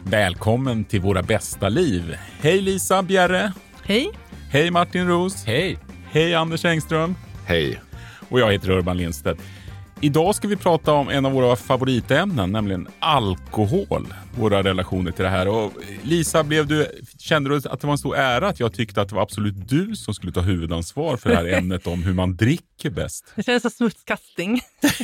Välkommen till våra bästa liv. Hej Lisa Bjerre. Hej. Hej Martin Roos. Hej. Hej Anders Engström. Hej. Och jag heter Urban Lindstedt. Idag ska vi prata om en av våra favoritämnen, nämligen alkohol. Våra relationer till det här. Och Lisa, kände du att det var en stor ära att jag tyckte att det var absolut du som skulle ta huvudansvar för det här ämnet om hur man dricker bäst? Det känns som smutskastning.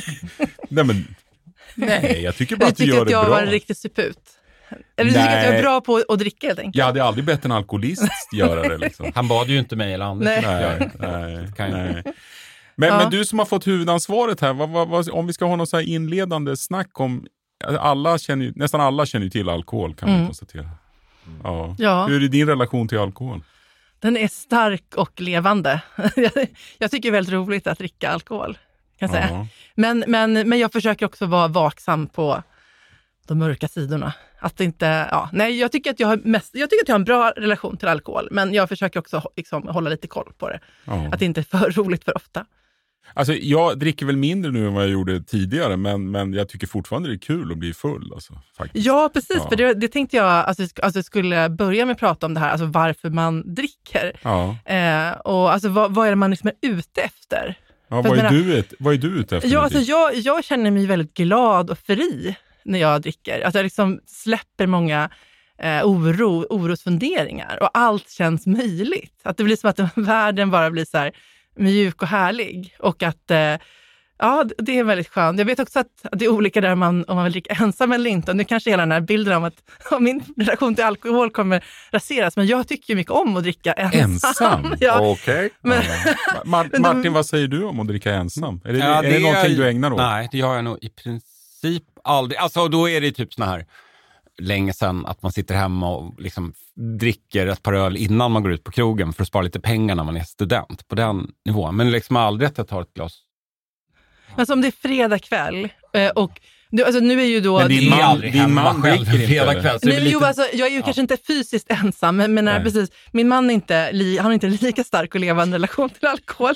Nej, jag tycker bara att du gör det bra. Du tycker att jag var en riktig suput. Eller du tycker att jag är bra på att dricka helt enkelt? Jag hade aldrig bett en alkoholist göra det. Liksom. Han bad ju inte mig eller Anders. Nej. Men du som har fått huvudansvaret här, om vi ska ha något så här inledande snack om, nästan alla känner ju till alkohol kan man konstatera. Ja. Hur är din relation till alkohol? Den är stark och levande. Jag tycker det är väldigt roligt att dricka alkohol, kan jag säga. Men jag försöker också vara vaksam på de mörka sidorna. Att inte, jag tycker att jag har en bra relation till alkohol, men jag försöker också liksom hålla lite koll på det. Att det inte är för roligt för ofta. Alltså jag dricker väl mindre nu än vad jag gjorde tidigare, men jag tycker fortfarande det är kul att bli full. Alltså, faktiskt. Ja, precis. Ja. För det tänkte jag alltså skulle börja med att prata om det här, alltså varför man dricker. Ja. Och alltså vad är det man liksom är ute efter? Ja, vad är du ute efter? Ja, alltså jag känner mig väldigt glad och fri när jag dricker. Alltså jag liksom släpper många orosfunderingar och allt känns möjligt. Att det blir som att världen bara blir så här mjuk och härlig. Och att det är väldigt skönt. Jag vet också att det är olika där om man vill dricka ensam eller inte. Och nu kanske hela den här bilden om att min relation till alkohol kommer raseras. Men jag tycker mycket om att dricka ensam. Ja. Okej. Martin, vad säger du om att dricka ensam? Är det någonting du ägnar åt? Nej, det gör jag nog i princip aldrig. Alltså då är det typ såna här länge sedan att man sitter hemma och liksom dricker ett par öl innan man går ut på krogen för att spara lite pengar när man är student på den nivån. Men liksom aldrig att jag tar ett glas. Alltså om det är fredag kväll och nu är ju då... Men din man dricker inte fredag kväll. Jag är ju kanske inte fysiskt ensam, men precis, min man har inte lika stark och levande relation till alkohol.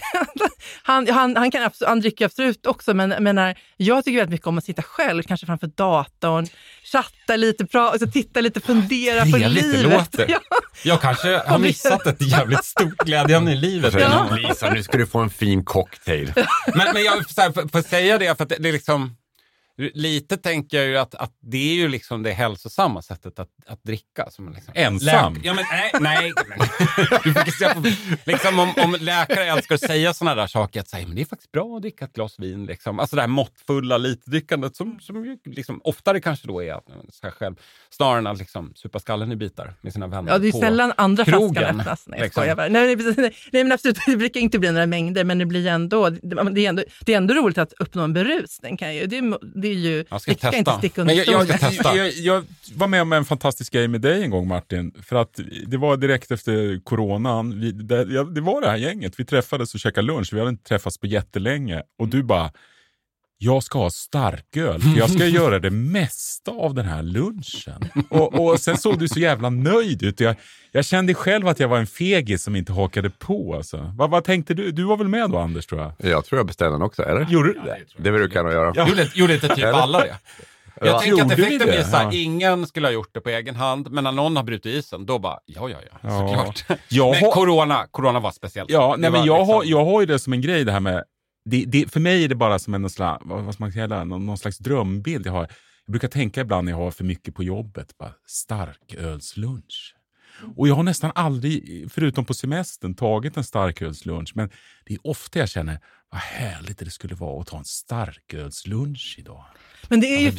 han dricker absolut också, men jag tycker väldigt mycket om att sitta själv, kanske framför datorn, chatta lite, titta lite, fundera på livet. Ja. Jag kanske har missat ett jävligt stort glädjen i livet. Ja. Lisa, nu ska du få en fin cocktail. men jag får säga det för att det är liksom... Lite tänker jag ju att det är ju liksom det hälsosamma sättet att dricka. Som liksom ensam? Ja, men nej. Du fokuserar på, liksom om läkare älskar att säga såna där saker, att säga, men det är faktiskt bra att dricka ett glas vin. Liksom. Alltså det här måttfulla litdrickandet som liksom, oftare kanske då är så här själv, snarare än att liksom supa skallen i bitar med sina vänner. Ja, det är på sällan andra krogen, flaskan öppnas. liksom. Nej, men absolut, det brukar inte bli några mängder, men det blir ändå, det är ändå roligt att uppnå en berusning. Det är ju, det kan inte sticka under jag var med om en fantastisk grej med dig en gång, Martin, för att det var direkt efter coronan, det var det här gänget, vi träffades och käkade lunch, vi hade inte träffats på jättelänge och du bara, jag ska ha starköl för jag ska göra det mesta av den här lunchen. Och sen såg du så jävla nöjd ut. Jag kände själv att jag var en fegis som inte hakade på. Alltså. Vad tänkte du? Du var väl med då, Anders, tror jag? Jag tror jag beställde den också, eller? Gjorde du det? Det brukar jag nog göra. Ja. Gjorde inte typ alla det? Jag tänker att effekten blir så här, ja. Ingen skulle ha gjort det på egen hand, men när någon har brutit isen, då bara, ja, såklart. Men corona var speciellt. Ja, nej, men jag har ju det som en grej, det här med, för mig är det bara som en slags, vad ska man säga, någon slags drömbild jag brukar tänka ibland när jag har för mycket på jobbet, bara starkölslunch. Och jag har nästan aldrig, förutom på semestern, tagit en starkölslunch, men det är ofta jag känner, vad härligt det skulle vara att ta en starkölslunch idag. Men det är ju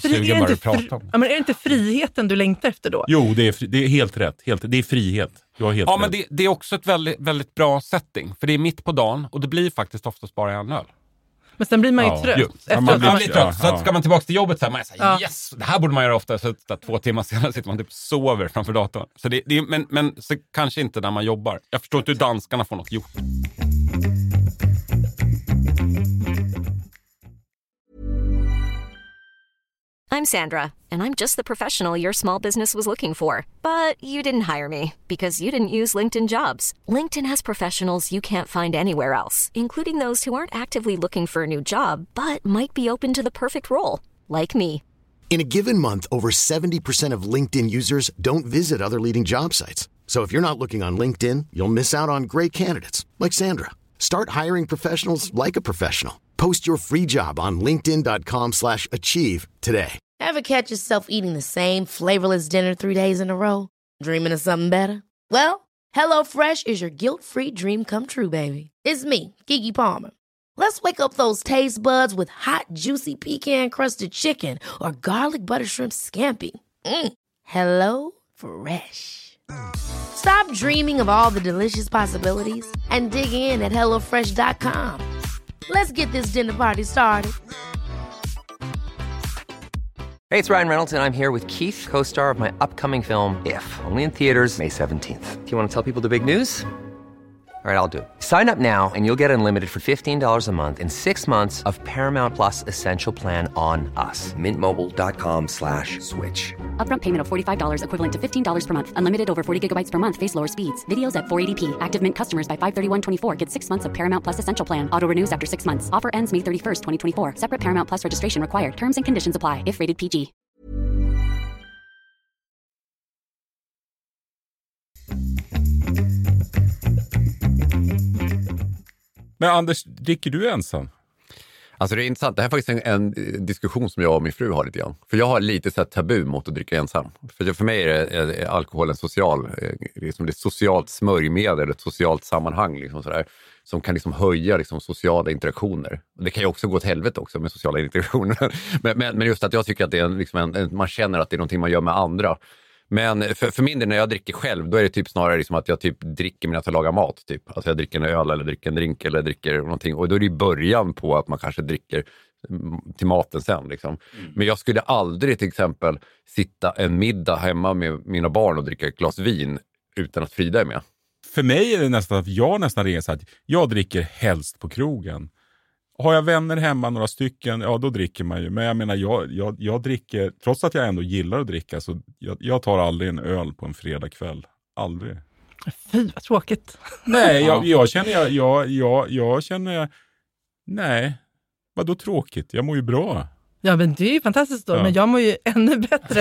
är det inte friheten du längtar efter då? Jo, det är helt rätt. Det är frihet. Jag är helt rätt. Men det är också ett väldigt, väldigt bra setting. För det är mitt på dagen och det blir faktiskt oftast bara en öl. Men sen blir man ju trött. Man blir trött. Så ska man tillbaka till jobbet så här, man säger yes, det här borde man göra ofta. Så 2 timmar senare sitter man typ sover framför datorn. Så men så kanske inte när man jobbar. Jag förstår inte hur danskarna får något gjort. I'm Sandra, and I'm just the professional your small business was looking for. But you didn't hire me because you didn't use LinkedIn Jobs. LinkedIn has professionals you can't find anywhere else, including those who aren't actively looking for a new job, but might be open to the perfect role, like me. In a given month, over 70% of LinkedIn users don't visit other leading job sites. So if you're not looking on LinkedIn, you'll miss out on great candidates like Sandra. Start hiring professionals like a professional. Post your free job on linkedin.com/achieve today. Ever catch yourself eating the same flavorless dinner 3 days in a row? Dreaming of something better? Well, HelloFresh is your guilt-free dream come true, baby. It's me, Keke Palmer. Let's wake up those taste buds with hot, juicy pecan-crusted chicken or garlic butter shrimp scampi. Hello Fresh. Stop dreaming of all the delicious possibilities and dig in at HelloFresh.com. Let's get this dinner party started. Hey, it's Ryan Reynolds, and I'm here with Keith, co-star of my upcoming film, If, only in theaters May 17th. Do you want to tell people the big news? All right, I'll do it. Sign up now and you'll get unlimited for $15 a month and 6 months of Paramount Plus Essential Plan on us. MintMobile.com/switch. Upfront payment of $45 equivalent to $15 per month. Unlimited over 40 gigabytes per month. Face lower speeds. Videos at 480p. Active Mint customers by 531.24 get 6 months of Paramount Plus Essential Plan. Auto renews after 6 months. Offer ends May 31st, 2024. Separate Paramount Plus registration required. Terms and conditions apply if rated PG. Men Anders, dricker du ensam? Alltså det är intressant. Det här är faktiskt en diskussion som jag och min fru har lite grann. För jag har lite så här tabu mot att dricka ensam. För mig är alkohol en social, liksom det är ett socialt smörjmedel, ett socialt sammanhang liksom sådär, som kan liksom höja liksom sociala interaktioner. Det kan ju också gå åt helvete också med sociala interaktioner. men just att jag tycker att det är liksom man känner att det är någonting man gör med andra. Men för min del när jag dricker själv, då är det typ snarare liksom att jag typ dricker medan jag lagar mat. Typ. Alltså jag dricker en öl eller dricker en drink eller dricker någonting. Och då är det ju början på att man kanske dricker till maten sen. Liksom. Men jag skulle aldrig till exempel sitta en middag hemma med mina barn och dricka ett glas vin utan att Frida är med. För mig är det nästan att jag nästan reser att jag dricker helst på krogen. Har jag vänner hemma, några stycken, ja då dricker man ju. Men jag menar, jag dricker, trots att jag ändå gillar att dricka, så jag tar aldrig en öl på en fredagkväll. Aldrig. Fy, vad tråkigt. Nej, jag känner, nej, vadå tråkigt? Jag mår ju bra. Ja, men det är ju fantastiskt då, men jag mår ju ännu bättre.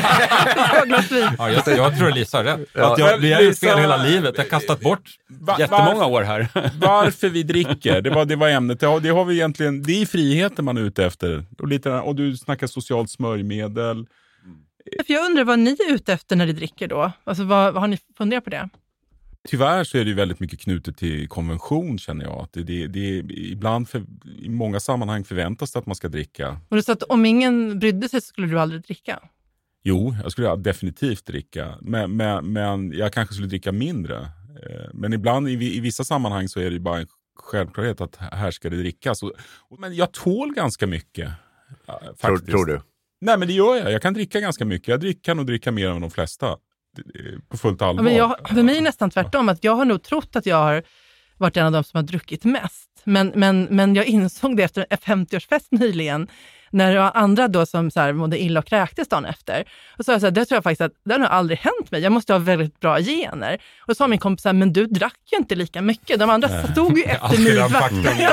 Jag tror Lisa har rätt. Vi har gjort fel hela livet. Jag har kastat bort jättemånga år här. Varför vi dricker, det var ämnet. Det har vi egentligen, det är friheten man är ute efter. Och du snackar socialt smörjmedel. För jag undrar vad ni är ute efter när ni dricker då? Alltså vad har ni funderat på det? Tyvärr så är det ju väldigt mycket knutet till konvention, känner jag. Att det ibland i många sammanhang förväntas det att man ska dricka. Och du sa att om ingen brydde sig så skulle du aldrig dricka? Jo, jag skulle definitivt dricka. Men jag kanske skulle dricka mindre. Men ibland i vissa sammanhang så är det ju bara en självklarhet att här ska det drickas. Men jag tål ganska mycket. Faktiskt. Tror du? Nej, men det gör jag. Jag kan dricka ganska mycket. Jag kan nog dricka mer än de flesta. På fullt allvar. Men för mig är nästan tvärtom. Att jag har nog trott att jag har varit en av dem som har druckit mest. Men jag insåg det efter en 50-årsfest nyligen. När det var andra då som så här mådde illa och kräktes dagen efter. Och så det tror jag faktiskt att det har nog aldrig hänt mig. Jag måste ha väldigt bra gener. Och så sa min kompis så här, men du drack ju inte lika mycket. De andra stod ju efter midnatt.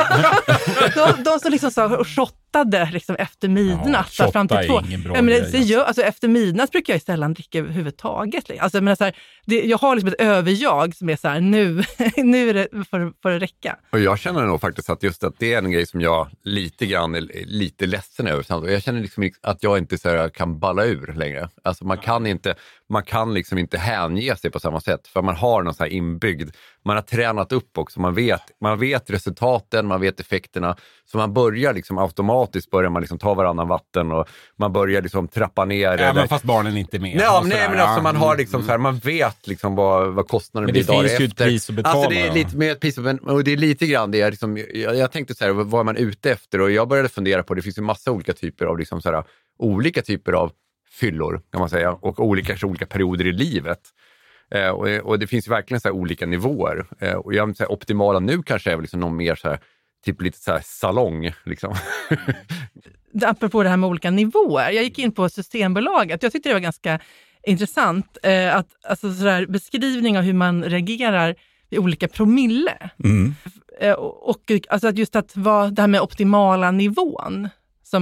de som liksom så och shottade liksom efter midnatt. Ja, fram till 2. Alltså. Efter midnatt brukar jag sällan dricka överhuvudtaget. Alltså, men så här, jag har liksom ett överjag som är så här, nu är det för att räcka. Och jag känner nog faktiskt att just att det är en grej som jag lite grann är lite ledsen över. Och jag känner liksom att jag inte så här kan balla ur längre. Alltså man kan liksom inte hänge sig på samma sätt. För man har någon så här inbyggd, man har tränat upp också. Man vet resultaten, man vet effekterna. Så man börjar liksom automatiskt man liksom ta varannan vatten och man börjar liksom trappa ner. Även fast barnen inte är med. Nej, men alltså man har liksom så här, man vet liksom vad kostnaden blir dagar efter. Men det finns ju ett pris att betala. Alltså det är lite med ett pris, och det är lite grann det liksom, jag tänkte så här, vad är man ute efter? Och jag började fundera på, det finns ju massa olika typer av liksom så här, olika typer av fyllor kan man säga, och olika perioder i livet. Och det finns ju verkligen så här olika nivåer. Och jag säga, optimala nu kanske är liksom någon mer så här, typ lite så här salong liksom. Apropå det här med olika nivåer. Jag gick in på Systembolaget. Jag tyckte det var ganska intressant att alltså sådär beskrivning av hur man reagerar vid olika promille. Och alltså att just att vara det här med optimala nivån som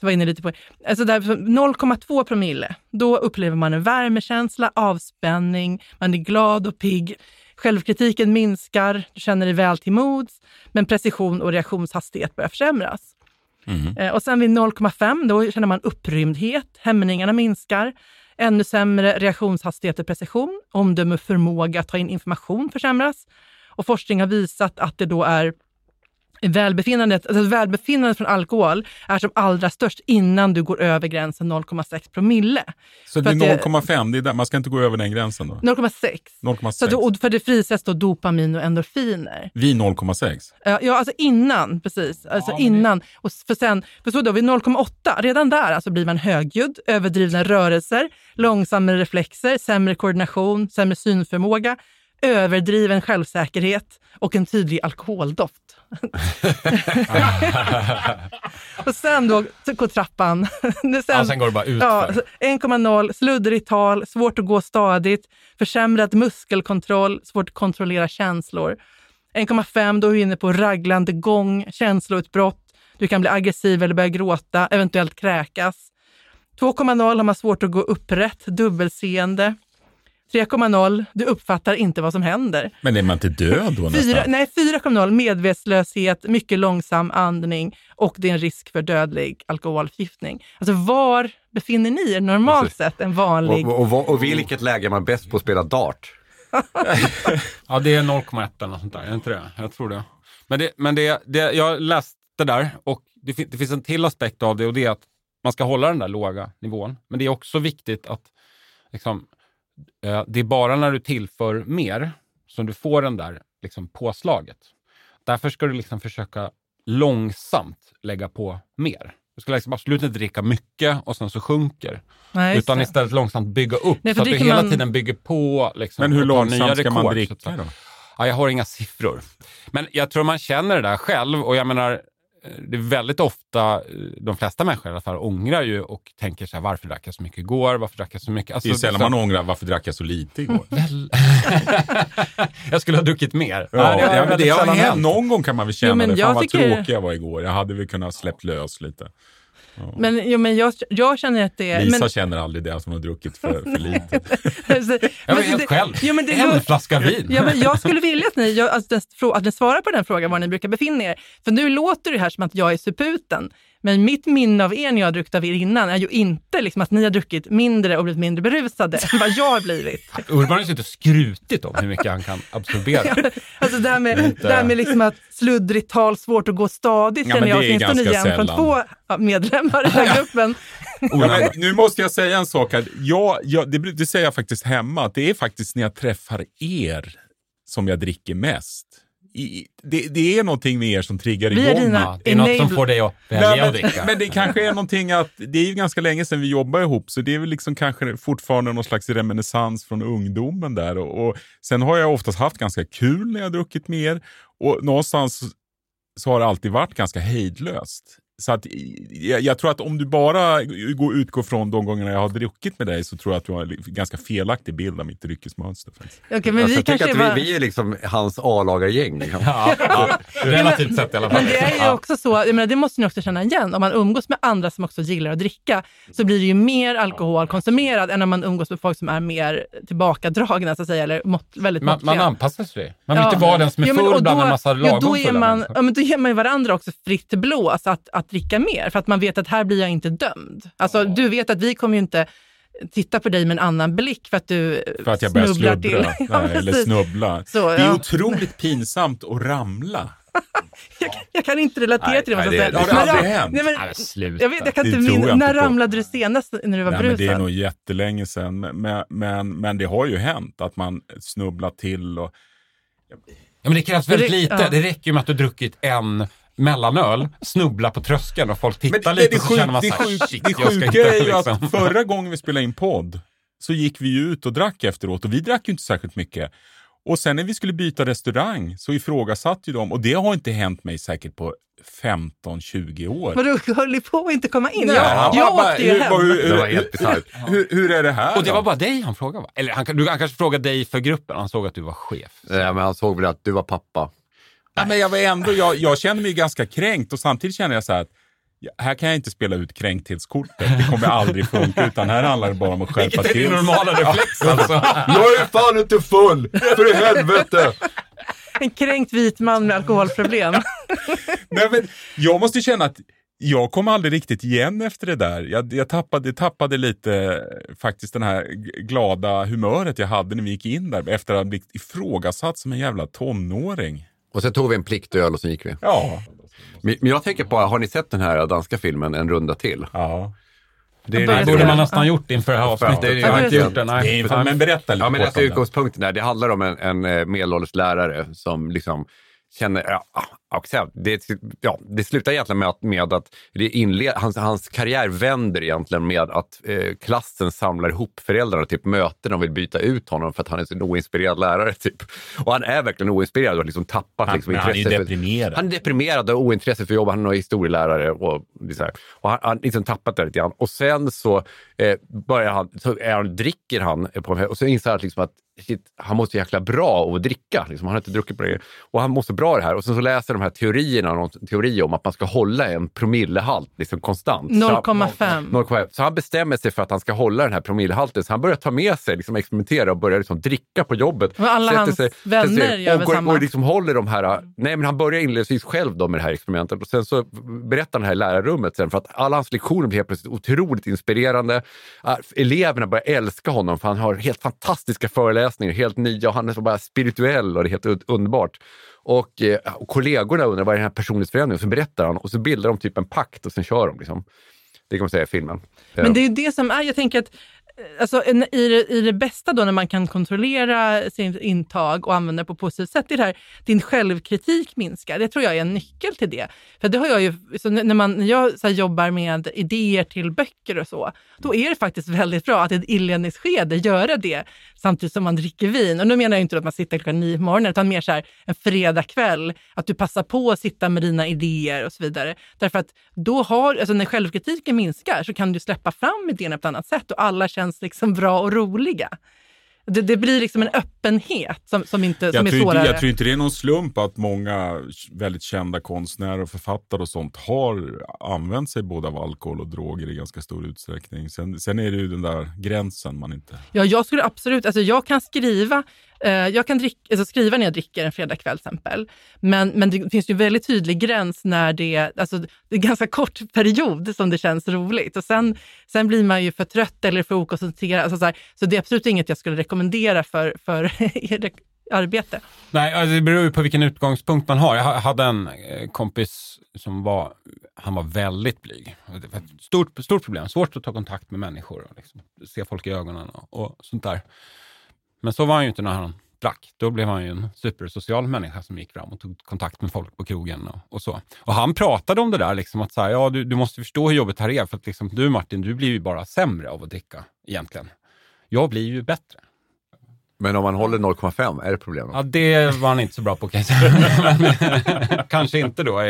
var inne lite på. Alltså där 0,2 promille, då upplever man en värmekänsla, avspänning, man är glad och pigg. Självkritiken minskar, du känner dig väl till mods, men precision och reaktionshastighet börjar försämras. Och sen vid 0,5 då känner man upprymdhet, hämningarna minskar, ännu sämre reaktionshastighet och precision, omdöme och förmåga att ta in information försämras. Och forskning har visat att det då är välbefinnandet från alkohol är som allra störst innan du går över gränsen 0,6 promille. Så det är 0,5, det är där, man ska inte gå över den gränsen då? 0,6. Så då, för det frisätts då dopamin och endorfiner. Vid 0,6? Ja, alltså innan, precis. Alltså innan. För så då vid 0,8, redan där alltså blir man högljudd, överdrivna rörelser, långsammare reflexer, sämre koordination, sämre synförmåga, överdriven självsäkerhet och en tydlig alkoholdoft. Och sen då går trappan. Sen går det bara ut. 1,0, sluddrigt tal, svårt att gå stadigt, försämrad muskelkontroll, svårt att kontrollera känslor. 1,5, då är du inne på raglande gång, känsloutbrott, du kan bli aggressiv eller börja gråta, eventuellt kräkas. 2,0 har man svårt att gå upprätt, dubbelseende. 3,0, du uppfattar inte vad som händer. Men är man inte död då nästan? 4,0, medvetslöshet, mycket långsam andning och det är en risk för dödlig alkoholförgiftning. Alltså var befinner ni er normalt sett en vanlig... Och vilket läge är man bäst på att spela dart? Ja, det är 0,1 eller något sånt där, är inte det? Jag tror det. Men jag läste där och det finns en till aspekt av det, och det är att man ska hålla den där låga nivån. Men det är också viktigt att liksom, det är bara när du tillför mer som du får den där liksom, påslaget. Därför ska du liksom försöka långsamt lägga på mer. Du ska liksom absolut inte dricka mycket och sen så sjunker. Nej, utan istället långsamt bygga upp. Nej, så att du hela tiden bygger på. Liksom, men hur långsamt ska man dricka då? Ja, jag har inga siffror. Men jag tror man känner det där själv, och jag menar, det är väldigt ofta, de flesta människor i alla fall ångrar ju och tänker så här, varför drack jag så mycket igår, varför drack jag så mycket? Alltså, det är sällan man ångrar, varför drack jag så lite igår? Jag skulle ha druckit mer. Ja, men det har hänt. Någon gång kan man väl känna det. Fan vad tråkig jag var igår. Jag hade väl kunnat släppt lös lite. Ja. Men jag känner att det är... Lisa känner aldrig det, att hon har druckit för lite. Jag var helt själv. En flaska vin. Ja, men jag skulle vilja att ni svarar på den frågan var ni brukar befinna er. För nu låter det här som att jag är suputen. Men mitt minne av er när jag har druckit av er innan är ju inte liksom att ni har druckit mindre och blivit mindre berusade än vad jag har blivit. Urban har ju inte skrutit om hur mycket han kan absorbera. Alltså det här med liksom att sluddrigt tal, svårt att gå stadigt, känner jag åtminstone igen från 2 medlemmar i den här gruppen. Men nu måste jag säga en sak här. Det säger jag faktiskt hemma, att det är faktiskt när jag träffar er som jag dricker mest. Det är någonting med er som triggar igång. Det är något som får dig att välja att dricka. Men det kanske är någonting att, det är ju ganska länge sedan vi jobbade ihop, så det är väl liksom kanske fortfarande någon slags reminiscens från ungdomen där. Och sen har jag oftast haft ganska kul när jag har druckit mer, och någonstans så har det alltid varit ganska hejdlöst. Så att jag tror att om du bara utgår från de gångerna jag har druckit med dig, så tror jag att du har en ganska felaktig bild av mitt dryckesmönster. Okej, men jag tycker att vi är liksom hans A-lagargäng. Liksom. Ja, relativt sett i alla fall. Men det är ju också så, jag menar, det måste ni också känna igen. Om man umgås med andra som också gillar att dricka, så blir det ju mer alkohol konsumerad än om man umgås med folk som är mer tillbakadragna, så att säga, eller väldigt måttliga. Man anpassar sig. Man vill inte vara den som är full bland en massa lagom fulla. Men då ger man ju varandra också fritt blås att dricka mer, för att man vet att här blir jag inte dömd. Alltså du vet att vi kommer ju inte titta på dig med en annan blick för att jag börjar sluddra eller snubbla. Så, det är otroligt pinsamt att ramla. jag kan inte relatera till det. Det har aldrig hänt. Jag kan inte när ramlade du senast när du var brusad? Men det är nog jättelänge sedan. Men det har ju hänt att man snubblar till. Och... Ja, men det krävs väldigt lite. Ja. Det räcker ju med att du druckit en mellanöl, snubbla på tröskeln och folk tittar lite och så känner man det sjuka är ju att förra gången vi spelade in podd så gick vi ut och drack efteråt, och vi drack ju inte särskilt mycket. Och sen när vi skulle byta restaurang så ifrågasatte ju dem, och det har inte hänt mig säkert på 15-20 år. Men du höll på att inte komma in. Nej, jag åkte ju hem. Det var helt bizarrt. Hur är det här? Och det var bara dig han frågade, va? Eller han kanske frågade dig för gruppen, han såg att du var chef. Ja, men han såg väl att du var pappa. Ja, men jag känner mig ganska kränkt, och samtidigt känner jag så här att Här kan jag inte spela ut kränkthetskortet. Det kommer aldrig funka, utan här handlar det bara om att skärpa till. Det är normala reflex alltså. Jag är fan inte full, för i helvete! En kränkt vit man med alkoholproblem. Nej, men jag måste känna att jag kom aldrig riktigt igen efter det där. Jag tappade lite faktiskt den här glada humöret jag hade när vi gick in där efter att ha blivit ifrågasatt som en jävla tonåring. Och sen tog vi en pliktöl och så gick vi. Ja. Men jag tänker på, har ni sett den här danska filmen En runda till? Ja. Det borde man nästan gjort inför det här avsnittet. Jag har inte gjort det, nej. Men berätta lite. Ja, men utgångspunkten där, det handlar om en medelålders lärare som liksom känner, det slutar egentligen med att hans karriär vänder egentligen med att klassen samlar ihop föräldrarna till möten och vill byta ut honom för att han är en oinspirerad lärare typ. Och han är verkligen oinspirerad och liksom tappat liksom intresset. Han är deprimerad. Han är deprimerad och ointresset för jobb. Han är historielärare och så här. Och han liksom tappat det lite grann. Och sen så dricker han och så inser han liksom att han måste jäkla bra att dricka. Liksom. Han har inte druckit på det. Och han måste bra det här. Och sen så läser de här någon teori om att man ska hålla en promillehalt liksom konstant. 0,5. Så han bestämmer sig för att han ska hålla den här promillehalten. Så han börjar ta med sig, liksom experimentera och börjar liksom dricka på jobbet. Och alla hans vänner gör väl samma. Och liksom håller de här... Nej, men han börjar inledningsvis själv då med det här experimentet. Och sen så berättar han det här i lärarrummet sen. För att alla hans lektioner blir helt plötsligt otroligt inspirerande. Eleverna börjar älska honom för han har helt fantastiska föreläsningar, helt nya, och han är så bara spirituell och det är helt underbart. Och kollegorna undrar vad är den här personlighetsförändringen, så berättar han och så bildar de typ en pakt och sen kör de liksom. Det kan man säga i filmen. Men det är ju det som är, jag tänker att alltså, i det bästa då när man kan kontrollera sin intag och använda det på positivt sätt, det här, din självkritik minskar. Det tror jag är en nyckel till det. För det har jag ju, så när jag så här, jobbar med idéer till böcker och så, då är det faktiskt väldigt bra att i ett inledningsskede göra det samtidigt som man dricker vin. Och nu menar jag inte att man sitter klockan 9 på morgonen, utan mer så här en fredagkväll, att du passar på att sitta med dina idéer och så vidare. Därför att då alltså när självkritiken minskar så kan du släppa fram idéerna på ett annat sätt och alla känns liksom bra och roliga. Det blir liksom en öppenhet som är svårare. Jag tror inte det är någon slump att många väldigt kända konstnärer och författare och sånt har använt sig både av alkohol och droger i ganska stor utsträckning. Sen är det ju den där gränsen man inte... Ja, jag skulle absolut... Alltså jag kan skriva... skriva när jag dricker en fredagkväll till exempel. Men det finns ju väldigt tydlig gräns när det är en ganska kort period som det känns roligt. Och sen blir man ju för trött eller för okoncentrerad. Alltså så det är absolut inget jag skulle rekommendera för ert arbete. Nej, alltså det beror ju på vilken utgångspunkt man har. Jag hade en kompis som var väldigt blyg. Stort problem. Svårt att ta kontakt med människor och liksom se folk i ögonen och sånt där. Men så var han ju inte när han drack. Då blev han ju en supersocial människa som gick fram och tog kontakt med folk på krogen och så. Och han pratade om det där liksom att säga, ja du måste förstå hur jobbet här är, för att liksom, du Martin, du blir ju bara sämre av att dricka egentligen. Jag blir ju bättre. Men om man håller 0,5 är det problem? Ja, det var han inte så bra på, kan jag säga. Kanske inte då.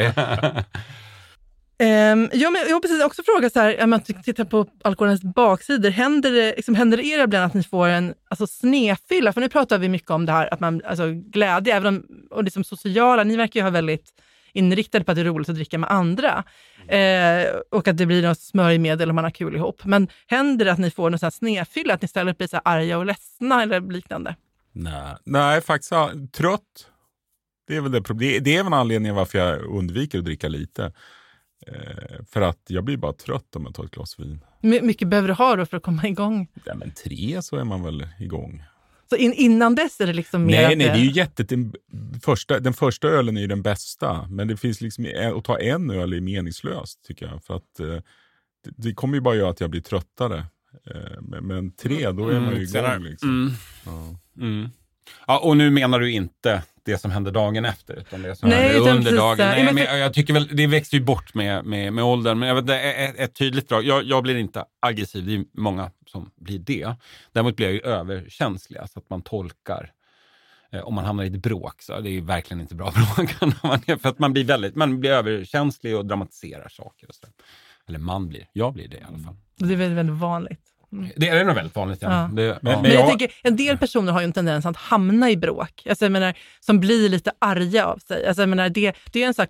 Men jag har precis också frågat så här, om man tittar på alkoholens baksidor, händer det er ibland att ni får en snefylla? För nu pratar vi mycket om det här, att man, glädje, även om, och liksom sociala, ni verkar ju ha väldigt inriktade på att det är roligt att dricka med andra. Och att det blir något smörjmedel och man har kul ihop. Men händer det att ni får någon sån här snefylla, att ni istället blir så här arga och ledsna eller liknande? Nej, faktiskt trött. Det är väl det problemet. Det är väl anledningen varför jag undviker att dricka lite. För att jag blir bara trött om jag tar ett glas vin. Mycket behöver du ha då för att komma igång? Ja, men 3 så är man väl igång. Så innan dess är det liksom mer... Nej, det är ju den första ölen är ju den bästa. Men det finns liksom, att ta en öl är meningslöst tycker jag. För att det kommer ju bara göra att jag blir tröttare. Men 3, då är man ju igång liksom. Ja, och nu menar du inte det som händer dagen efter, utan det som händer under dagen. Nej, men jag tycker väl, det växer ju bort med åldern. Men jag vet, det är ett tydligt drag. Jag blir inte aggressiv, det är många som blir det. Däremot blir jag ju överkänslig, så att man tolkar. Om man hamnar i ett bråk, så det är verkligen inte bra bråk. För att man blir överkänslig och dramatiserar saker. Och så. Eller jag blir det i alla fall. Det är väldigt vanligt. Det är nog väldigt vanligt. Ja. Men jag tänker, en del personer har ju en tendens att hamna i bråk. Alltså, jag menar, som blir lite arga av sig. Alltså, jag menar, det är en sak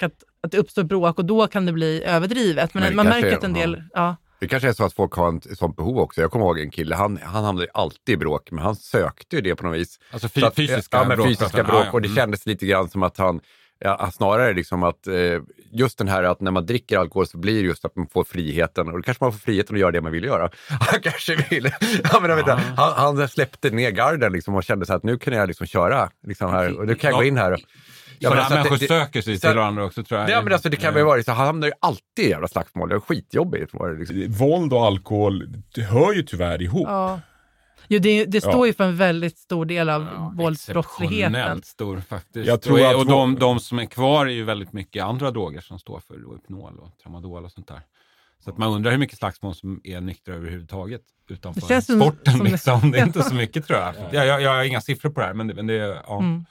att det uppstår bråk och då kan det bli överdrivet. Men man märker att en del... Ja. Det kanske är så att folk har ett sånt behov också. Jag kommer ihåg en kille, han hamnade alltid i bråk, men han sökte ju det på något vis. Alltså fysiska bråk. Fysiska bråk, och det kändes lite grann som att han snarare liksom att just den här att när man dricker alkohol så blir det just att man får friheten, och då kanske man får friheten att göra det man vill göra. Han kanske vill. Han släppte ner garden liksom och kände så att nu kan jag liksom köra liksom här, och nu kan jag gå in här. Sådana människor söker sig till varandra också, tror jag. Ja, men alltså det kan väl vara så. Han hamnar ju alltid i jävla slagsmål. Det är skitjobbigt. Liksom. Våld och alkohol, det hör ju tyvärr ihop. Ja. Jo, det står ju för en väldigt stor del av våldsbrottsligheten. Exceptionellt stor faktiskt. Jag tror och de som är kvar är ju väldigt mycket andra droger som står för Rohypnol och Tramadol och sånt där. Så att man undrar hur mycket slagsmål som är nyktra överhuvudtaget utanför sporten. Liksom. Det är inte så mycket, tror jag. Jag har inga siffror på det här, men det är... Ja. Mm.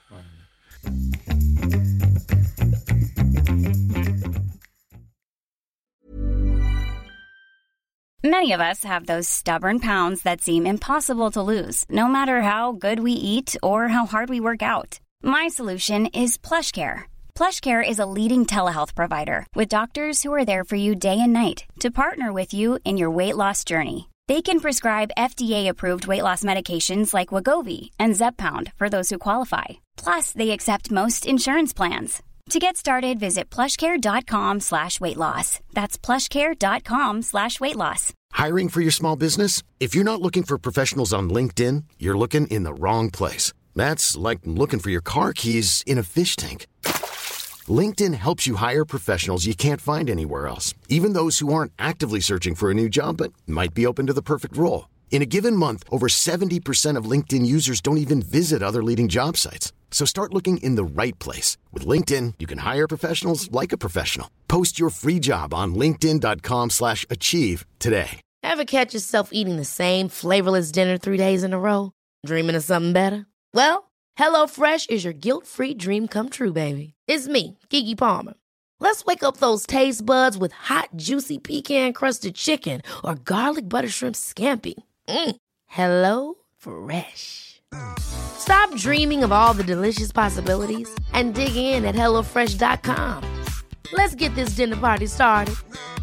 Many of us have those stubborn pounds that seem impossible to lose, no matter how good we eat or how hard we work out. My solution is PlushCare. PlushCare is a leading telehealth provider with doctors who are there for you day and night to partner with you in your weight loss journey. They can prescribe FDA-approved weight loss medications like Wegovy and Zepbound for those who qualify. Plus, they accept most insurance plans. To get started, visit plushcare.com/weightloss. That's plushcare.com/weightloss. Hiring for your small business? If you're not looking for professionals on LinkedIn, you're looking in the wrong place. That's like looking for your car keys in a fish tank. LinkedIn helps you hire professionals you can't find anywhere else, even those who aren't actively searching for a new job but might be open to the perfect role. In a given month, over 70% of LinkedIn users don't even visit other leading job sites. So start looking in the right place. With LinkedIn, you can hire professionals like a professional. Post your free job on linkedin.com/achieve today. Ever catch yourself eating the same flavorless dinner 3 days in a row? Dreaming of something better? Well, HelloFresh is your guilt-free dream come true, baby. It's me, Keke Palmer. Let's wake up those taste buds with hot, juicy pecan-crusted chicken or garlic butter shrimp scampi. Hello Fresh. Stop dreaming of all the delicious possibilities and dig in at HelloFresh.com. Let's get this dinner party started.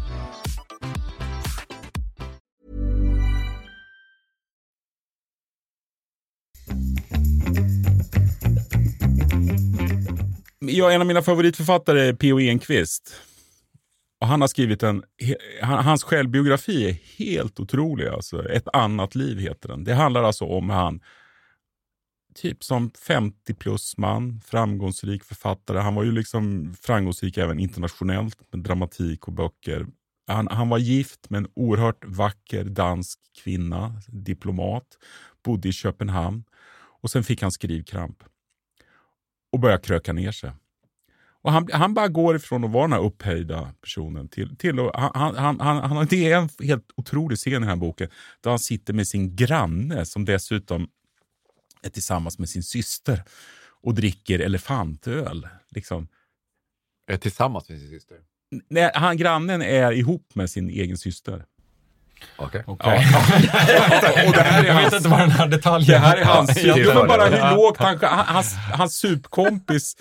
En av mina favoritförfattare är P.O. Enquist. Och han har skrivit hans självbiografi är helt otrolig. Alltså. Ett annat liv heter den. Det handlar alltså om han typ som 50-plus man, framgångsrik författare. Han var ju liksom framgångsrik även internationellt med dramatik och böcker. Han var gift med en oerhört vacker dansk kvinna, diplomat, bodde i Köpenhamn och sen fick han skrivkramp och började kröka ner sig. Och han bara går ifrån att vara den här upphöjda personen till han det är en helt otrolig scen i den här boken där han sitter med sin granne som dessutom är tillsammans med sin syster och dricker elefantöl. Liksom. Är tillsammans med sin syster? Nej, grannen är ihop med sin egen syster. Okej. Ja. Och det här är jag vet inte vad den här detaljen. Det här är hans syster. Men bara hur lågt hans supkompis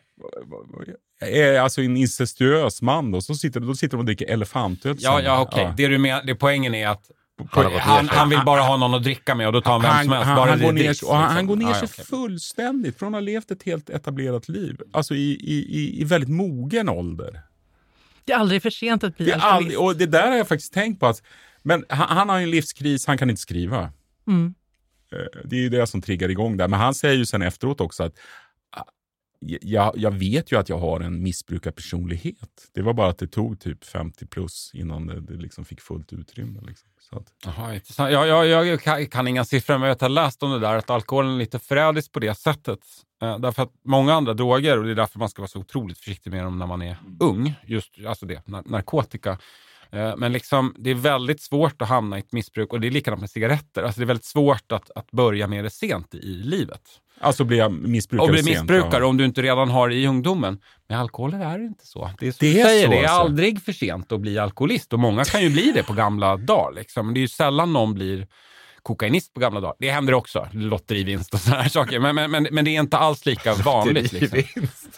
är alltså en incestuös man då sitter de och dricker elefantöl. Ja, okej. Ja. Det poängen är att han vill bara ha någon att dricka med och då tar han vem som helst. Han går ner sig fullständigt från att ha levt ett helt etablerat liv. Alltså i väldigt mogen ålder. Det är aldrig för sent att bli alkoholist. Och det där har jag faktiskt tänkt på. Men han har en livskris, han kan inte skriva. Mm. Det är ju det som triggar igång där. Men han säger ju sen efteråt också att jag vet ju att jag har en missbrukarpersonlighet. Det var bara att det tog typ 50 plus innan det liksom fick fullt utrymme. Liksom. Jaha, jag kan inga siffror, men jag har läst om det där att alkoholen är lite förrädisk på det sättet. Därför att många andra droger, och det är därför man ska vara så otroligt försiktig med dem när man är ung, just alltså det, narkotika. Men liksom, det är väldigt svårt att hamna i ett missbruk, och det är likadant med cigaretter. Alltså det är väldigt svårt att börja med det sent i livet. Alltså bli missbrukare om du inte redan har i ungdomen. Men alkohol är det inte så. Det är som det du är säger, så, det är alltså. aldrig för sent att bli alkoholist. Och många kan ju bli det på gamla dagar. Liksom. Det är ju sällan någon blir kokainist på gamla dagar. Det händer också, lotterivinst och sådana här saker. Men det är inte alls lika vanligt. Liksom.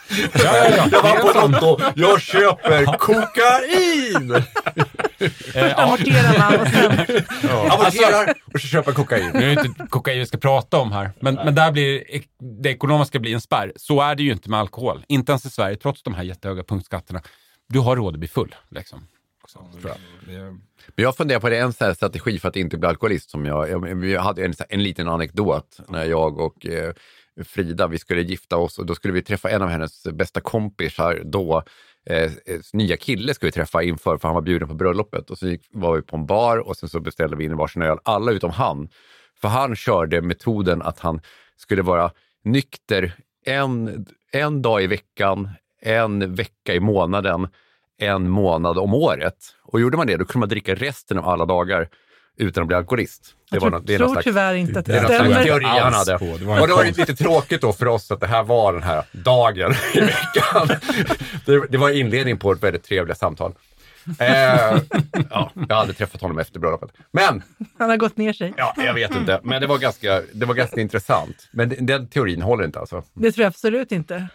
Jag var på Lotto, jag köper kokain! Amorterar man och sen... Amorterar och så köper kokain. Nu är det inte kokain vi ska prata om här. Men där blir det ekonomiska blir en spärr. Så är det ju inte med alkohol. Inte ens i Sverige, trots de här jättehöga punktskatterna. Du har råd att bli full, liksom. Men jag funderar på det, en sån här strategi för att inte bli alkoholist. Som vi hade en liten anekdot när jag och Frida, vi skulle gifta oss. Och då skulle vi träffa en av hennes bästa kompisar då. Nya kille skulle vi träffa inför, för han var bjuden på bröllopet. Och så var vi på en bar och sen så beställde vi in varsin öl. Alla utom han. För han körde metoden att han skulle vara nykter en dag i veckan, en vecka i månaden, en månad om året. Och gjorde man det, då kunde man dricka resten av alla dagar utan att bli alkoholist. Jag tror tyvärr inte att det stämmer. Teori han hade. Och det var lite tråkigt då för oss att det här var den här dagen i veckan. Det var inledning på ett väldigt trevligt samtal. Jag har aldrig träffat honom efter bröllopet. Men han har gått ner sig. Ja, jag vet inte. Men det var ganska intressant. Men den teorin håller inte alltså. Det tror jag absolut inte.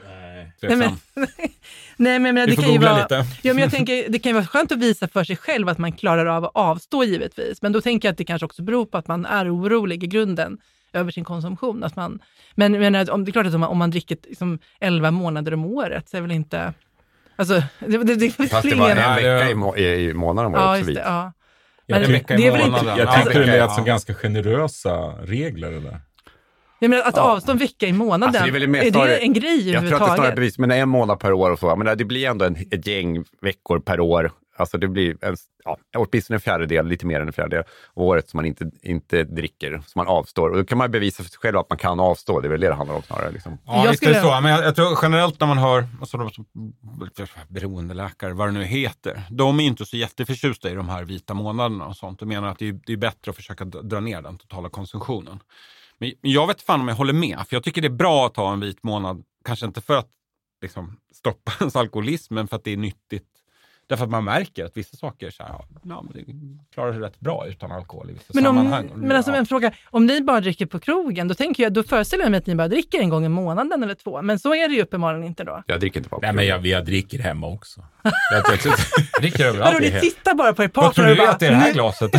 Nej, men det kan ju vara lite. Ja, men jag tänker det kan ju vara skönt att visa för sig själv att man klarar av att avstå givetvis. Men då tänker jag att det kanske också beror på att man är orolig i grunden över sin konsumtion. Att man, men det är klart att om man dricker liksom 11 månader om året så är väl inte... Alltså, fast det var en vecka i månaden var också vitt. Ja. Jag tyckte det lät som ganska generösa regler eller? Jag menar att avstå en vecka i månaden, alltså är det en grej överhuvudtaget? Jag tror att det snarare bevis, men en månad per år och så. Men det blir ändå ett gäng veckor per år. Alltså det blir åtminstone en fjärdedel, lite mer än en fjärdedel av året som man inte dricker, som man avstår. Och då kan man bevisa för sig själv att man kan avstå. Det är väl det handlar om snarare. Liksom. Ja, visst är det så. Men jag tror generellt när man hör beroendeläkare, vad det nu heter, de är inte så jätteförtjusta i de här vita månaderna och sånt. De menar att det är bättre att försöka dra ner den totala konsumtionen. Men jag vet fan om jag håller med. För jag tycker det är bra att ha en vit månad. Kanske inte för att liksom, stoppa ens alkoholism, men för att det är nyttigt. Därför att man märker att vissa saker så här, men det klarar sig rätt bra utan alkohol i vissa sammanhang. Men alltså en fråga, om ni bara dricker på krogen, då föreställer jag mig att ni bara dricker en gång i månaden eller 2. Men så är det ju uppenbarligen inte då. Jag dricker inte på krogen. Nej, men jag dricker hemma också. Jag dricker överallt. Vadå, ni tittar bara på er partner. Vad tror du att det är det här glaset?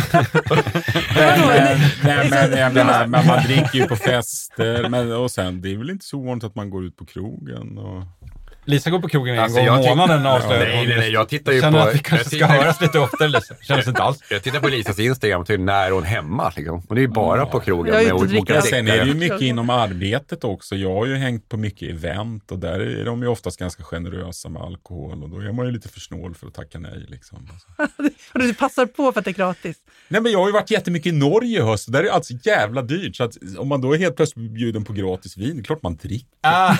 men man dricker ju på fester. Och sen, det är väl inte så ovanligt att man går ut på krogen och... Lisa går på krogen en gång i månaden. Nej, jag tittar ju känner på... att vi kanske ska höras lite oftare, Lisa. Känns inte alls. Jag tittar på Lisas Instagram till när hon är hemma. Liksom. Hon är ju bara på krogen. Sen är det ju mycket inom arbetet också. Jag har ju hängt på mycket event och där är de ju oftast ganska generösa med alkohol. Och då är man ju lite för snål för att tacka nej. Liksom. Och du passar på för att det är gratis. Nej, men jag har ju varit jättemycket i Norge i höst. Där är det alltså jävla dyrt. Så att om man då är helt plötsligt bjuden på gratis vin, det är klart man dricker.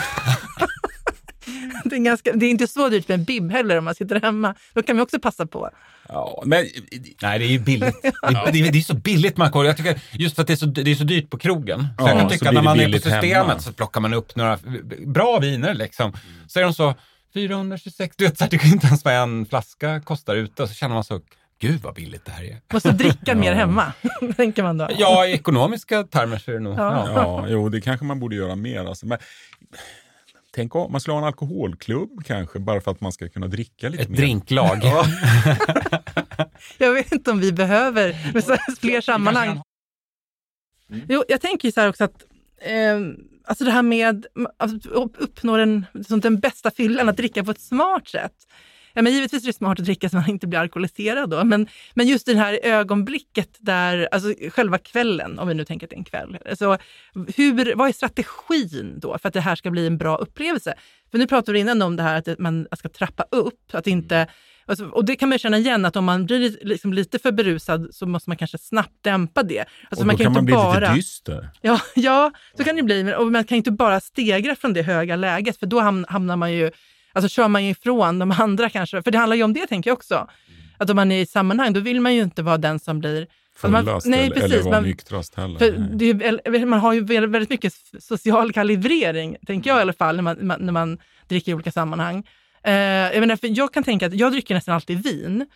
Det är inte så dyrt med en bib heller om man sitter hemma. Då kan vi också passa på. Ja, men... Nej, det är ju billigt. Det är så billigt med alkohol. Jag tycker just för att det är så dyrt på krogen. Så jag kan tycka att när man är på systemet hemma, så plockar man upp några bra viner liksom. Så är de så 426. Du vet, så det kan inte ens vad en flaska kostar ute. Och så känner man så, gud vad billigt det här är. Måste dricka mer hemma, tänker man då. Ja, i ekonomiska termer så är det nog. Jo, det kanske man borde göra mer. Alltså. Men... Tänk om man skulle ha en alkoholklubb kanske, bara för att man ska kunna dricka lite mer. Ett drinklag. Ja. Jag vet inte om vi behöver fler sammanhang. Jo, jag tänker så här också att alltså det här med att uppnå den bästa fyllan, att dricka på ett smart sätt. Ja, men givetvis är det smart att dricka så man inte blir alkoholiserad då. Men just det här ögonblicket där, alltså själva kvällen, om vi nu tänker att det är en kväll. Alltså, vad är strategin då för att det här ska bli en bra upplevelse? För nu pratade vi innan om det här att man ska trappa upp, att inte... Alltså, och det kan man känna igen, att om man blir liksom lite för berusad så måste man kanske snabbt dämpa det. Alltså, och då kan man bli lite dyster. Ja, så kan det bli. Och man kan inte bara stegra från det höga läget, för då hamnar man ju... Alltså kör man ju ifrån de andra kanske. För det handlar ju om det, tänker jag också. Att om man är i sammanhang, då vill man ju inte vara den som blir... Fullast eller vara nyktrast heller. För man har ju väldigt mycket social kalibrering, tänker jag i alla fall, när man dricker i olika sammanhang. Jag menar, för jag kan tänka att jag dricker nästan alltid vin.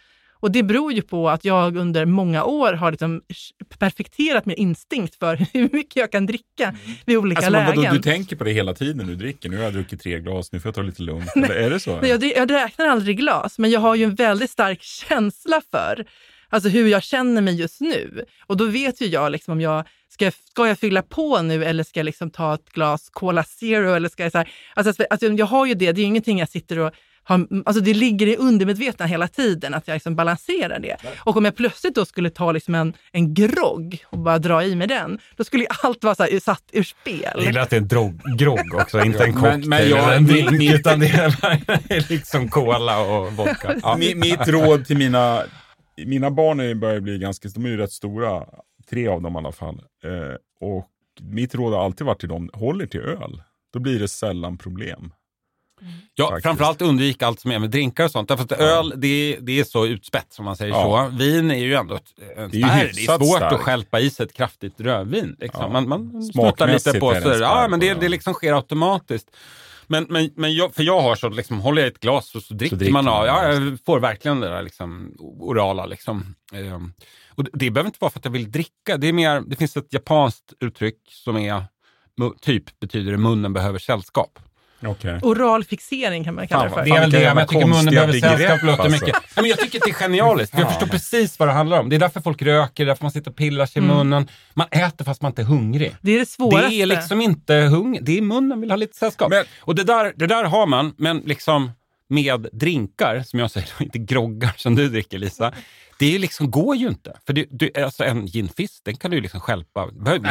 Och det beror ju på att jag under många år har liksom perfekterat min instinkt för hur mycket jag kan dricka vid olika lägen. Vadå, du tänker på det hela tiden när du dricker? Nu har jag druckit 3 glas, nu får jag ta lite lugnt. Eller är det så? Nej, jag räknar aldrig glas, men jag har ju en väldigt stark känsla för alltså hur jag känner mig just nu. Och då vet ju jag liksom om jag ska jag fylla på nu eller ska jag liksom ta ett glas Cola Zero eller ska jag så här, alltså jag har ju det är ju ingenting jag sitter och har, alltså det ligger i undermedvetna hela tiden att jag liksom balanserar det. Och om jag plötsligt då skulle ta liksom en grogg och bara dra i med den, då skulle ju allt vara så här satt ur spel. Jag gillar att det är en grogg också, inte en cocktail men eller en drink, utan det är liksom cola och vodka. Ja. Mitt råd till mina barn börjar bli de är ju rätt stora, 3 av dem i alla fall. Och mitt råd har alltid varit till dem, håller till öl. Då blir det sällan problem. Ja, faktiskt. Framförallt undvik allt som är med drinkar och sånt. Därför att öl, det är så utspätt som man säger så. Vin är ju ändå det är svårt att stjälpa i sig ett kraftigt rödvin. Liksom. Ja. Man snuttar lite på sig. Ja, men det liksom sker automatiskt. Men jag har så liksom, håller jag ett glas och så dricker man av. Ja, jag får verkligen det där liksom, orala liksom. Och det behöver inte vara för att jag vill dricka. Det är mer, det finns ett japanskt uttryck som är betyder det munnen behöver sällskap. Okay. Oral fixering kan man kalla det för. Det är väl det, men jag tycker munnen behöver sällskap låter mycket. Ja, men jag tycker att det är genialiskt. Jag förstår precis vad det handlar om. Det är därför folk röker, därför man sitter och pillar sig i munnen. Man äter fast man inte är hungrig. Det är det svåraste. Det är liksom inte hunger. Det är munnen vill ha lite sällskap. Och det där har man, men liksom med drinkar, som jag säger, inte groggar som du dricker, Lisa. Det är liksom, går ju inte. För alltså en ginfisk, den kan du liksom stjälpa. Drinkar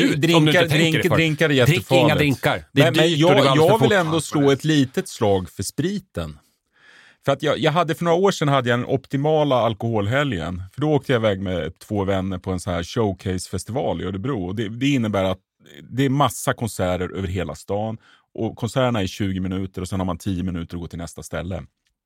är jättefarligt. Drick inga drinkar. Men jag vill ändå slå ett litet slag för spriten. För att jag hade för några år sedan hade jag den optimala alkoholhelgen. För då åkte jag iväg med 2 vänner på en sån här showcase-festival i Örebro. Och det innebär att det är massa konserter över hela stan. Och konserterna är 20 minuter och sen har man 10 minuter att gå till nästa ställe.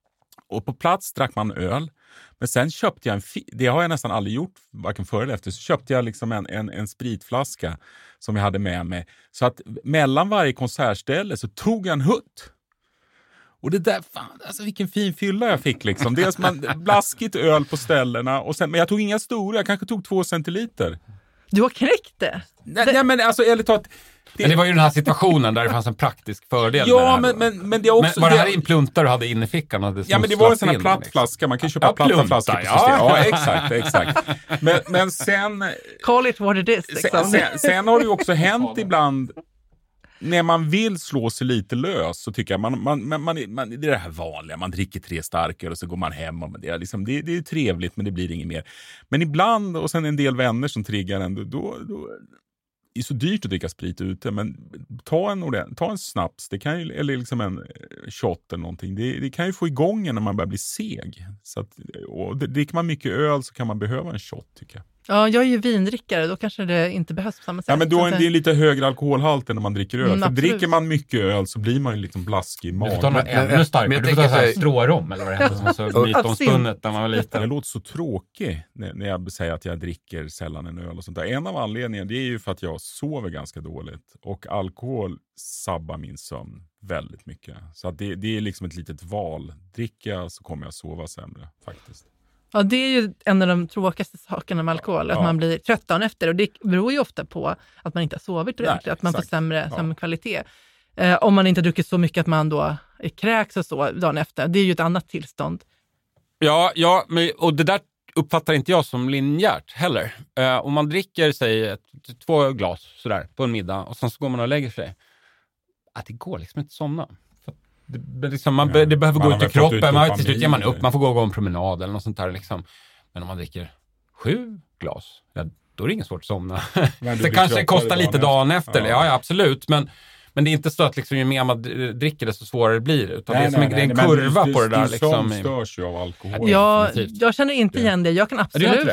Och på plats drack man öl. Men sen köpte jag det har jag nästan aldrig gjort, varken före eller efter. Så köpte jag liksom en spritflaska som jag hade med mig. Så att mellan varje konsertställe så tog jag en hutt. Och det där, fan, alltså vilken fin fylla jag fick liksom. Dels blaskigt öl på ställena. Och sen, men jag tog inga stora, jag kanske tog 2 centiliter. Du har knäckt det? Nej men alltså, ärligt talat. Men det var ju den här situationen där det fanns en praktisk fördel. Ja, men det är också... Men var det här in pluntar du hade inne i fickan? Ja, men det var en sån här platt flaska. Man kan ju köpa platta flaskor på system. Ja, exakt. Men sen... Call it what it is. Liksom. Sen har det ju också hänt ibland... När man vill slå sig lite lös så tycker jag det är det här vanliga. Man dricker 3 starkare och så går man hem. Och det är ju trevligt, men det blir inget mer. Men ibland, och sen en del vänner som triggar en, då det är så dyrt att dricka sprit ute, men ta en snaps, det kan ju, eller liksom en shot eller någonting. Det kan ju få igång en när man börjar bli seg. Så att, och dricker man mycket öl så kan man behöva en shot, tycker jag. Ja, jag är ju vindrickare, då kanske det inte behövs på samma sätt. Ja, men då är det lite högre alkoholhalt när man dricker öl. För absolut. Dricker man mycket öl så blir man ju liksom blaskig i magen. Du får ta ännu starkare. Du får ta så här strårom, eller vad det heter, som så mytomspunnet när man var liten. Det låter så tråkigt när jag säger att jag dricker sällan en öl och sånt där. En av anledningarna, det är ju för att jag sover ganska dåligt. Och alkohol sabbar min sömn väldigt mycket. Så att det är liksom ett litet val. Dricka så kommer jag sova sämre, faktiskt. Ja, det är ju en av de tråkigaste sakerna med alkohol, att man blir trött dagen efter. Och det beror ju ofta på att man inte har sovit ordentligt, att man får sämre sömnkvalitet. Om man inte druckit så mycket att man då kräks och så dagen efter. Det är ju ett annat tillstånd. Ja, och det där uppfattar inte jag som linjärt heller. Om man dricker, säg 2 glas sådär på en middag och sen så går man och lägger sig. Att det går liksom inte att somna. Det behöver gå ut i kroppen. Till slut ger man upp. Man får gå och gå en promenad eller något sånt där. Liksom. Men om man dricker 7 glas, då är det inget svårt att somna. Det kanske kostar lite dagen efter. Ja, absolut. Men det är inte så att liksom, ju mer man dricker det så svårare det blir. Utan det är en kurva på det där. Liksom. Störs ju av alkohol. Jag känner inte igen det. Jag kan absolut...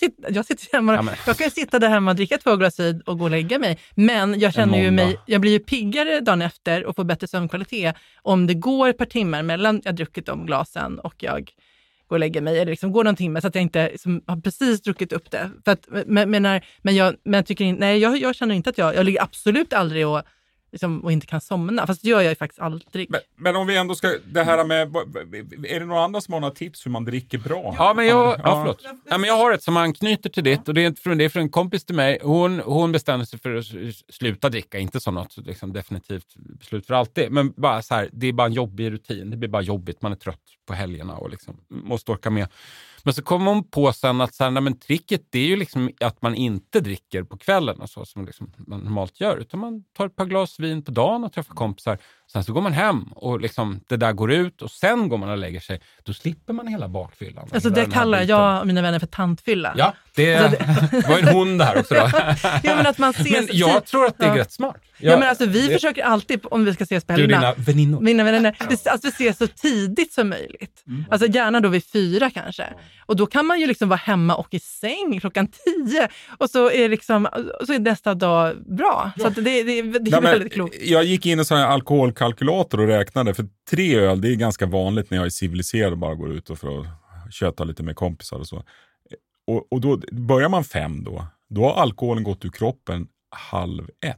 Jag kan sitta där hemma och dricka 2 glas vid och gå och lägga mig. Men jag känner ju mig... Jag blir ju piggare dagen efter och får bättre sömnkvalitet om det går ett par timmar mellan jag druckit de glasen och jag går och lägger mig. Eller liksom går någon timme så att jag inte har precis druckit upp det. För att, men jag tycker inte... Nej, jag känner inte att jag ligger absolut aldrig och liksom, och inte kan somna. Fast det gör jag ju faktiskt aldrig. Men om vi ändå ska, det här med, är det några andra som har några tips hur man dricker bra? Ja, men jag har ett som anknyter till ditt, och det är från en kompis till mig. Hon bestämde sig för att sluta dricka, inte som något liksom, definitivt beslut för alltid, men bara så här, det är bara en jobbig rutin. Det blir bara jobbigt, man är trött på helgerna och liksom måste orka med. Men så kommer hon på sen att så här, nej, men tricket det är ju liksom att man inte dricker på kvällen och så som liksom man normalt gör, utan man tar ett par glas vin på dagen och träffar kompisar. Sen så går man hem och liksom det där går ut och sen går man och lägger sig. Då slipper man hela bakfyllan. Alltså det kallar jag och mina vänner för tantfylla. Ja, det var en hund där också då. Ja, men att man ses, men jag tror att det är rätt smart. Ja, men alltså vi försöker alltid, om vi ska ses på helgerna. Dina väninnor. Mina vänner. Att vi ses så tidigt som möjligt. Alltså gärna då vid 4 kanske. Och då kan man ju liksom vara hemma och i säng 10:00. Och så är liksom, så är nästa dag bra. Så att det är väldigt klokt. Jag gick in i en sån här alkoholkalkylator och räknade. För 3 öl, det är ganska vanligt när jag är civiliserad och bara går ut och för att köta lite med kompisar och så. Och då börjar man 5 då. Då har alkoholen gått ur kroppen 12:30.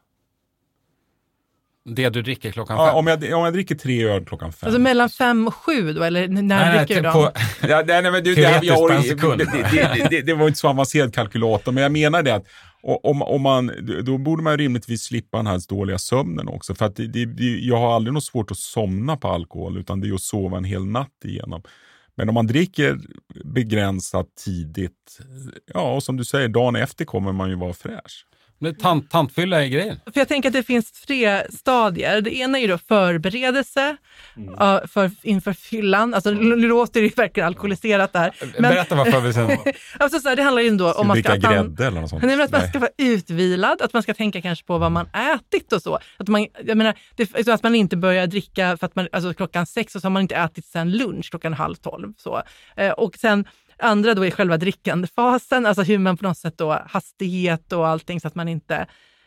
Det du dricker klockan 5? Ja, om jag dricker 3 öl klockan 5. Alltså mellan 5 och 7 då? Eller när dricker du dem? Det var inte så avancerad kalkylator. Men jag menar det att då borde man rimligtvis slippa den här dåliga sömnen också. För att jag har aldrig något svårt att somna på alkohol. Utan det är att sova en hel natt igenom. Men om man dricker begränsat tidigt. Ja, och som du säger, dagen efter kommer man ju vara fräsch. Tantfylla är grejen. För jag tänker att det finns 3 stadier. Det ena är ju då förberedelse inför fyllan. Alltså det låter ju verkligen alkoholiserat där. Men, berätta vad förberedelsen var. Alltså så här, det handlar ju ändå om att grädde eller något sånt. Nej, men att man ska vara utvilad, att man ska tänka kanske på vad man ätit och så. Att man, jag menar, så att man inte börjar dricka för att man, alltså klockan 6 och så har man inte ätit sen lunch klockan 11:30. Så. Och sen andra då är själva drickandefasen, alltså hur man på något sätt då hastighet och allting så att man inte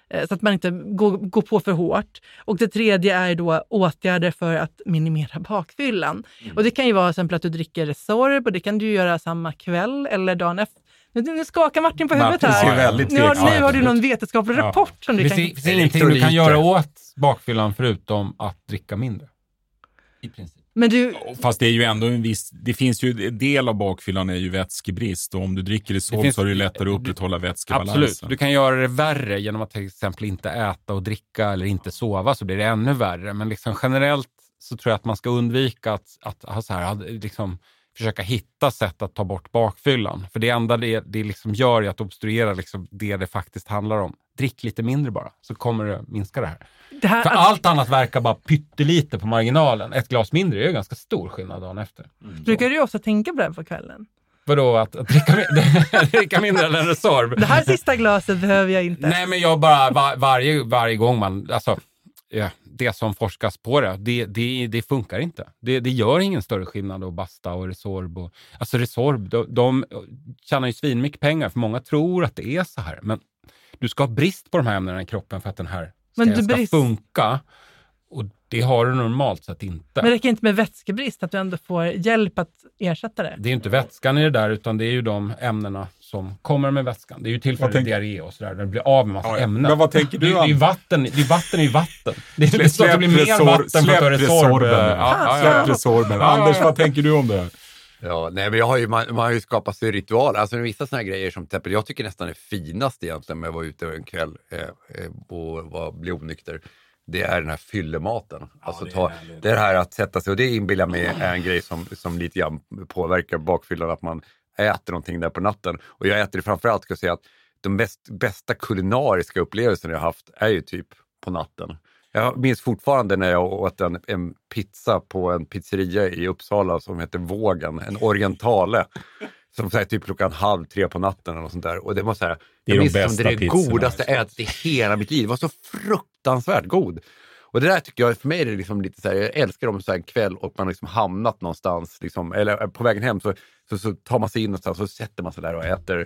går på för hårt. Och det tredje är då åtgärder för att minimera bakfyllan. Och det kan ju vara till exempel att du dricker Resorb och det kan du göra samma kväll eller dagen efter. Nu skakar Martin på huvudet här. Nu har du någon vetenskaplig rapport som du kan... Det finns ingenting du kan göra åt bakfyllan förutom att dricka mindre. I princip. Men fast det är ju ändå det finns ju en del av bakfyllan är ju vätskebrist och om du dricker det så är det lättare att upprätthålla vätskebalansen. Absolut, du kan göra det värre genom att till exempel inte äta och dricka eller inte sova så blir det ännu värre. Men liksom generellt så tror jag att man ska undvika att ha så här, liksom försöka hitta sätt att ta bort bakfyllan. För det enda det liksom gör är att obstruera liksom det faktiskt handlar om. Drick lite mindre bara så kommer det minska det här. För allt annat verkar bara pyttelite på marginalen. Ett glas mindre är ju ganska stor skillnad dagen efter. Brukar du också tänka på det på kvällen? Vadå? Att dricka mindre eller en Resorb? Det här sista glaset behöver jag inte. Nej, men jag bara varje gång man... Alltså, det som forskas på det funkar inte. Det gör ingen större skillnad att basta och Resorb. Alltså Resorb, de tjänar ju svinmycket pengar för många tror att det är så här. Men du ska ha brist på de här ämnena i kroppen för att den här ska funka. Och det har du normalt sett inte. Men det räcker inte med vätskebrist att du ändå får hjälp att ersätta det? Det är ju inte vätskan i det där utan det är ju de ämnena som kommer med vätskan. Det är ju till för diarré och sådär. Det blir av med massa ämnen. Men vad tänker du? Det är ju vatten. Vatten är ju vatten. Det är så att det blir mer vatten för att Släpp Resorben. Anders, vad tänker du om det? Ja, nej, men man har ju skapat sig ritual. Alltså vissa såna här grejer som till exempel, jag tycker nästan är finast egentligen med att vara ute en kväll och bli onykter. Det är den här fyllematen. Alltså det här att sätta sig, och det inbillar mig är en grej som lite grann påverkar bakfyllan, att man äter någonting där på natten. Och jag äter det framförallt, ska jag säga att de bästa kulinariska upplevelserna jag har haft är ju typ på natten. Jag minns fortfarande när jag åt en pizza på en pizzeria i Uppsala som heter Vågen, en orientale. Som säger typ 2:30 på natten eller något sånt där. Och det var så här, det är de bästa det godaste jag ätit i hela mitt liv. Det var så fruktansvärt god. Och det där tycker jag, för mig är det liksom lite så här, jag älskar dem så här en kväll och man liksom hamnat någonstans liksom, eller på vägen hem så tar man sig in någonstans och så sätter man sig där och äter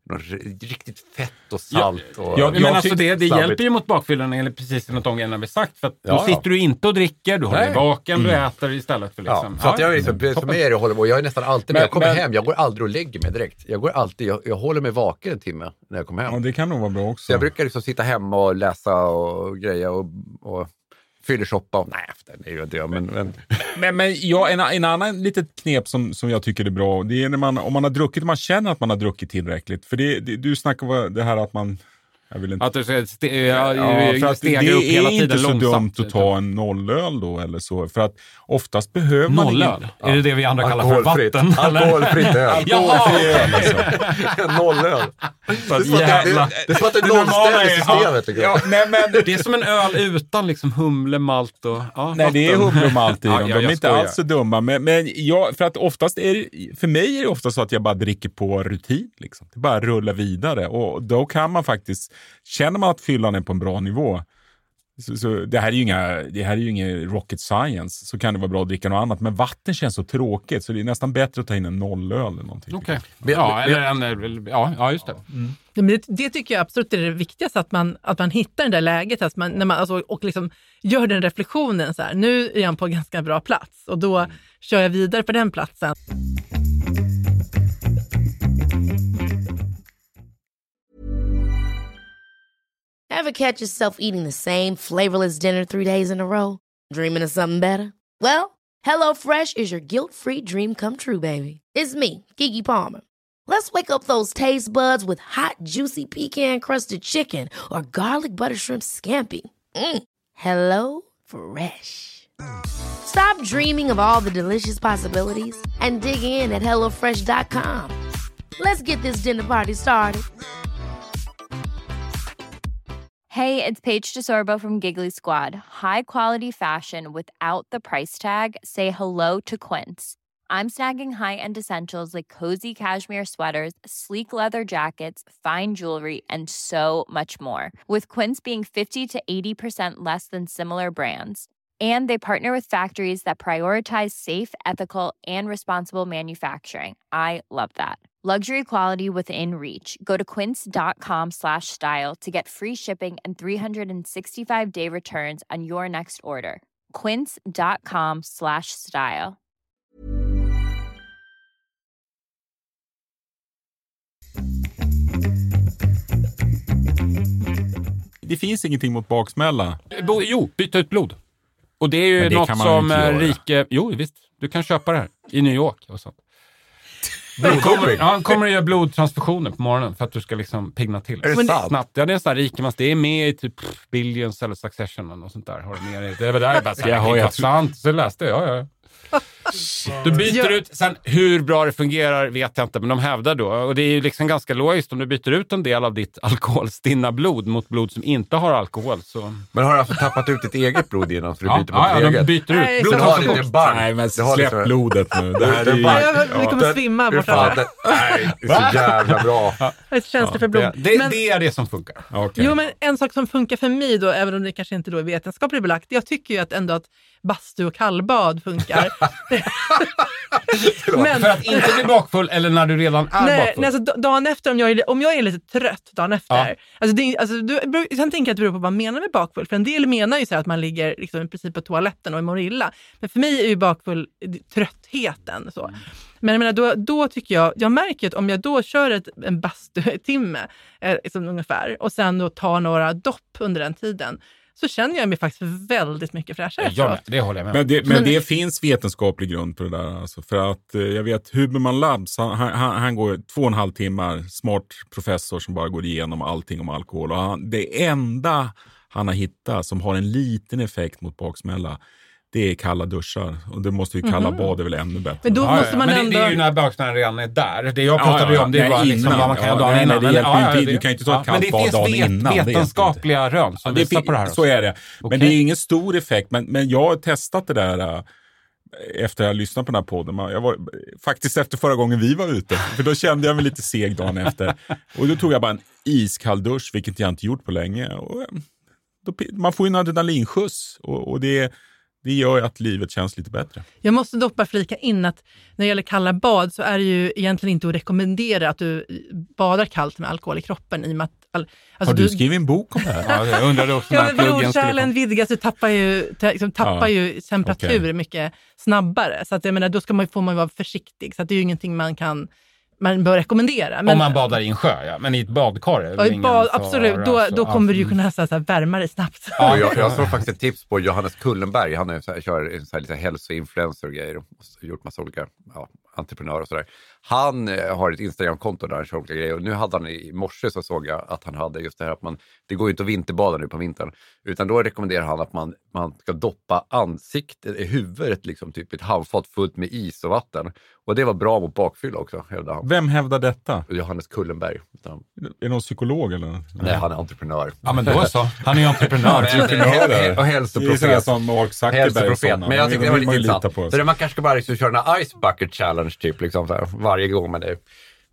riktigt fett och salt. Men alltså det hjälper ju mot bakfyllan eller precis som de grejerna vi sagt. För att då sitter du inte och dricker, du håller dig vaken, du äter istället för liksom. Så att jag liksom, för mig är det håller på. Jag är nästan alltid när jag kommer hem. Jag går aldrig och lägger mig direkt. Jag håller mig vaken en timme när jag kommer hem. Ja, det kan nog vara bra också. Så jag brukar liksom sitta hemma och läsa och greja och fylleshoppa. Nej, det är ju inte jag. Men en annan litet knep som jag tycker är bra, det är när om man har druckit, man känner att man har druckit tillräckligt. För du snackar om det här att man... Jag vill inte... Att du stegar upp hela tiden långsamt. Det är inte så dumt att ta en nollöl då eller så. För att oftast behöver man... Nollöl? Är det vi andra kallar för vatten? Alkoholfritt öl. Alkoholfri öl alltså. Nollöl. Det är som att det nollställer systemet. Det är som en öl utan liksom humle, malt och... Nej, det är humle och malt i dem. De är inte alls så dumma. Men för att oftast för mig är det ofta så att jag bara dricker på rutin. Liksom. Det bara rullar vidare. Och då kan man faktiskt... Känner man att fyllan är på en bra nivå, så det här är ju ingen rocket science, så kan det vara bra att dricka något annat. Men vatten känns så tråkigt, så det är nästan bättre att ta in en nollöl eller någonting. Okej. Ja, just det. Mm. Men det tycker jag absolut är det viktigaste, att man hittar det där läget, att när man och liksom gör den reflektionen så här, nu är jag på en ganska bra plats och då kör jag vidare på den platsen. Ever catch yourself eating the same flavorless dinner 3 days in a row? Dreaming of something better? Well, HelloFresh is your guilt-free dream come true, baby. It's me, Keke Palmer. Let's wake up those taste buds with hot, juicy pecan-crusted chicken or garlic butter shrimp scampi. Hello Fresh. Stop dreaming of all the delicious possibilities and dig in at HelloFresh.com. Let's get this dinner party started. Hey, it's Paige DeSorbo from Giggly Squad. High quality fashion without the price tag. Say hello to Quince. I'm snagging high-end essentials like cozy cashmere sweaters, sleek leather jackets, fine jewelry, and so much more. With Quince being 50 to 80% less than similar brands. And they partner with factories that prioritize safe, ethical, and responsible manufacturing. I love that. Luxury quality within reach. Go to quince.com/style to get free shipping and 365-day returns on your next order. Quince.com/style. Det finns ingenting mot baksmälla. Jo, byta ut blod. Och det är ju det något som rike... Jo, visst. Du kan köpa det här i New York och sånt. Kommer att göra blodtransfusioner på morgonen för att du ska liksom pigna till. Är det sant? Snabbt. Ja, det är en sån här rikemast. Det är med i typ Billions eller Succession och sånt där. Har du med det? Det är väl där bara så här intressant. Så läste jag. Du byter ut, sen hur bra det fungerar vet jag inte, men de hävdar då, och det är ju liksom ganska logiskt, om du byter ut en del av ditt alkoholstinna blod mot blod som inte har alkohol så... Men har du alltså tappat ut ditt eget blod innan så du byter mot eget? Ja, de byter ut. Blod har lite barn. Nej, men släpp blodet nu. Det här är ju... Vi kommer svimma borta. Nej, det är så jävla bra. Ett känsla för blod. Det är det som funkar. Okay. Jo, men en sak som funkar för mig då, även om det kanske inte då är vetenskapligt belagt, jag tycker ju att ändå att bastu och kallbad funkar. Men, för att inte bli bakfull eller när du redan är bakfull? Nej, alltså dagen efter, om jag är lite trött dagen efter. Ja. Sen tänker jag att det beror på vad man menar med bakfull. För en del menar ju så här att man ligger liksom, i princip på toaletten och mår illa. Men för mig är ju bakfull tröttheten. Så. Men jag menar, då tycker jag märker att om jag då kör en bastutimme liksom ungefär och sen då tar några dopp under den tiden, så känner jag mig faktiskt väldigt mycket fräschare. Ja, det håller jag med. Men det finns vetenskaplig grund på det där. Alltså, för att jag vet Huberman Labs, han går 2,5 timmar, smart professor som bara går igenom allting om alkohol. Och det enda han har hittat som har en liten effekt mot baksmälla, det är kalla duschar. Och det måste ju kalla bad är väl ännu bättre. Men då måste man men det är ju när baksmällan redan är där. Det jag pratade om, det var liksom vad man kan göra dagen innan. Du kan inte ta ett kallt bad dagen innan. Men det finns vetenskapliga rön som visar på det här. Så är det. Men det är ingen stor effekt. Men jag har testat det där efter jag lyssnat på den här podden. Jag var faktiskt efter förra gången vi var ute. För då kände jag mig lite seg dagen efter. Och då tog jag bara en iskall dusch, vilket jag inte gjort på länge. Och man får ju en adrenalinskjuts. Och det Det gör ju att livet känns lite bättre. Jag måste dock bara flika in att när det gäller kalla bad så är det ju egentligen inte att rekommendera att du badar kallt med alkohol i kroppen. I och med att har du skrivit en bok om det här? Ja, jag undrade också när blodkärlen vidgas, du tappar ju temperatur mycket snabbare. Så att jag menar, då får man vara försiktig. Så att det är ju ingenting man bör rekommendera. Men, om man badar i en sjö, ja. Men i ett badkar är det absolut, då kommer du ju kunna värma dig snabbt. Ja, jag såg faktiskt ett tips på Johannes Kullenberg. Han kör en lite hälsoinfluencer och grejer och gjort massa olika entreprenörer och sådär. Han har ett Instagram-konto där han kör olika grejer och nu hade han i morse så såg jag att han hade just det här att det går ju inte att vinterbada nu på vintern, utan då rekommenderar han att man ska doppa ansiktet i huvudet liksom typ i ett handfat fullt med is och vatten, och det var bra mot bakfylla också, hävdade han. Vem hävdar detta? Johannes Kullenberg. Är det någon psykolog eller? Nej, han är entreprenör. Ja, men då så. Han är ju entreprenör. Och hälsoprofet. Det är som Mark Zuckerberg. Men jag tycker det var lite intressant. Så man kanske ska bara köra en ice bucket challenge typ liksom så här, varje gång med det.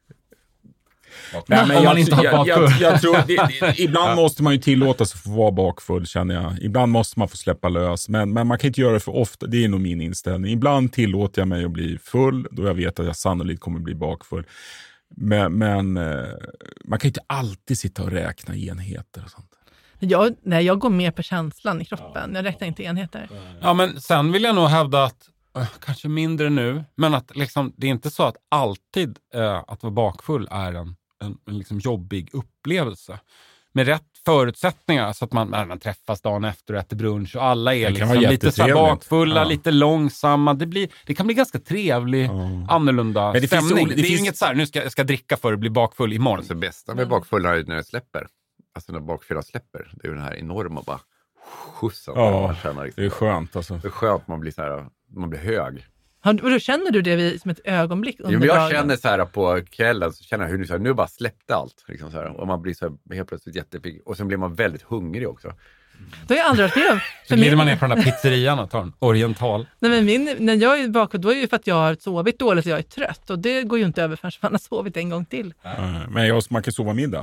Nej, men jag tror ibland måste man ju tillåta sig få vara bakfull, känner jag. Ibland måste man få släppa lös, men man kan inte göra det för ofta. Det är nog min inställning. Ibland tillåter jag mig att bli full då jag vet att jag sannolikt kommer bli bakfull. Men man kan inte alltid sitta och räkna enheter och sånt. Jag går med på känslan i kroppen. Jag räknar inte enheter. Ja, men sen vill jag nog hävda att kanske mindre nu, men att liksom, det är inte så att alltid att vara bakfull är en liksom jobbig upplevelse. Med rätt förutsättningar, så att man träffas dagen efter och äter brunch och alla är liksom lite så bakfulla, lite långsamma. Det kan bli ganska trevlig, annorlunda men stämning. Det är ju inget så här, nu ska jag dricka för att bli bakfull imorgon. Alltså, det bästa med bakfulla är när det släpper. Alltså när bakfyllan släpper. Det är ju den här enorma bara skjutsen. Ja, det är skönt alltså. Det är skönt, man blir hög. Då känner du det som ett ögonblick under jag dagen? känner så här på kvällen, så känner jag hur nu bara släppte allt. Liksom så här, och man blir så här helt plötsligt jättepigg. Och sen blir man väldigt hungrig också. Då är jag aldrig varit med om. Så glider man ner på den här pizzerian och tar en oriental. Nej, men när jag är bakåt, då är det ju för att jag har sovit dåligt och jag är trött. Och det går ju inte över förrän man har sovit en gång till. Men man kan sova middag.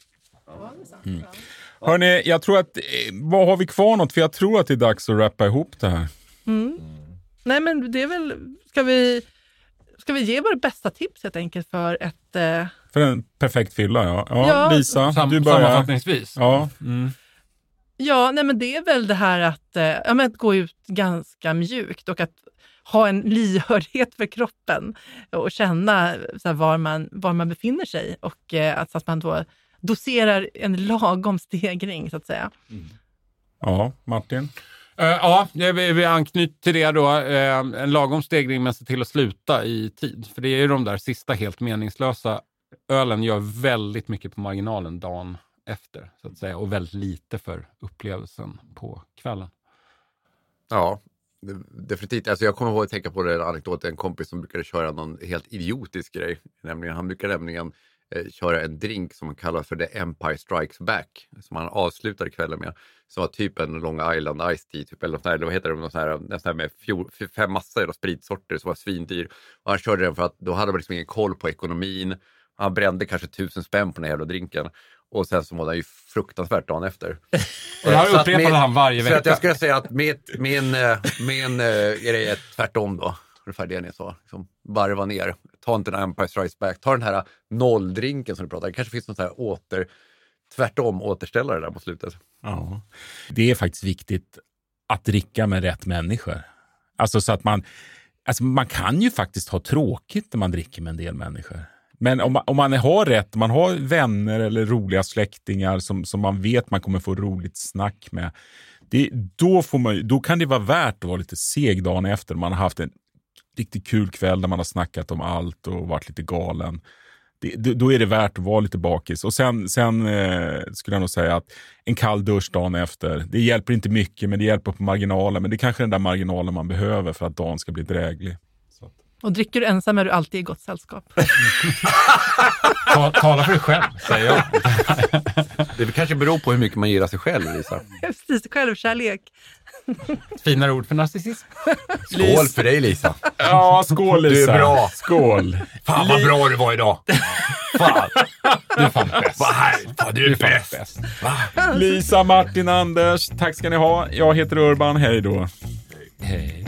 Hörrni, jag tror att, vad har vi kvar något? För jag tror att det är dags att rappa ihop det här. Nej, men det är väl, ska vi ge våra bästa tips helt enkelt för en perfekt fylla, ja. Lisa, du börjar. Sammanfattningsvis. Ja. Ja, nej, men det är väl det här att gå ut ganska mjukt och att ha en lyhördhet för kroppen och känna så här, var man befinner sig och att man då doserar en lagom stegring så att säga. Ja, Martin? Vi anknyter till det då. En lagom stegring, men se till att sluta i tid. För det är ju de där sista helt meningslösa. Ölen gör väldigt mycket på marginalen dagen efter, så att säga. Och väldigt lite för upplevelsen på kvällen. Ja, definitivt. Alltså jag kommer ihåg att tänka på det anekdoten. En kompis som brukade köra någon helt idiotisk grej. Han brukade köra en drink som man kallar för The Empire Strikes Back, som han avslutade kvällen med, som var typ en Long Island Iced Tea typ, eller vad heter det, nästan med 5 massor av spritsorter som var svindyr, och han körde den för att då hade man liksom ingen koll på ekonomin. Han brände kanske 1000 spänn på den här jävla drinken, och sen så var den ju fruktansvärt dagen efter. Och det här upprepade han varje vecka. Så att jag skulle säga att min grej är tvärtom då. Ungefär det ni sa. Liksom, varva ner. Ta inte den Empire Strikes Back. Ta den här nolldrinken som du pratar. Det kanske finns något här återställare där på slutet. Ja. Det är faktiskt viktigt att dricka med rätt människor. Alltså så att man kan ju faktiskt ha tråkigt när man dricker med en del människor. Men om man har rätt, man har vänner eller roliga släktingar som man vet man kommer få roligt snack med. Då kan det vara värt att vara lite seg dagen efter. Man har haft en riktigt kul kväll där man har snackat om allt och varit lite galen. Då är det värt att vara lite bakis. Och sen skulle jag nog säga att en kall dusch dagen efter, det hjälper inte mycket, men det hjälper på marginalen. Men det är kanske den där marginalen man behöver för att dagen ska bli dräglig. Och dricker du ensam är du alltid i gott sällskap. Tala för dig själv, säger jag. Det kanske beror på hur mycket man gillar sig själv, Lisa. Precis, självkärlek. Finare ord för narcissism. Skål för dig, Lisa. Ja, skål Lisa. Du är bra. Skål. Fan vad bra du var idag. Fan. Du är fan bäst. Fan, du är bäst. Lisa, Martin, Anders, tack ska ni ha. Jag heter Urban, hej då. Hej.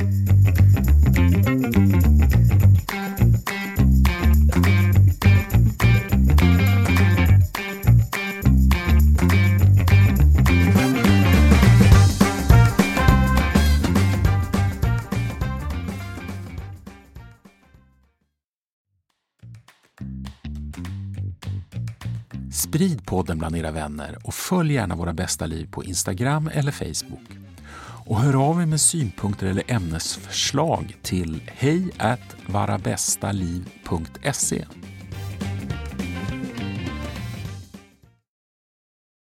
Sprid podden bland era vänner och följ gärna Våra bästa liv på Instagram eller Facebook. Och hör av er med synpunkter eller ämnesförslag till hej@varabästaliv.se.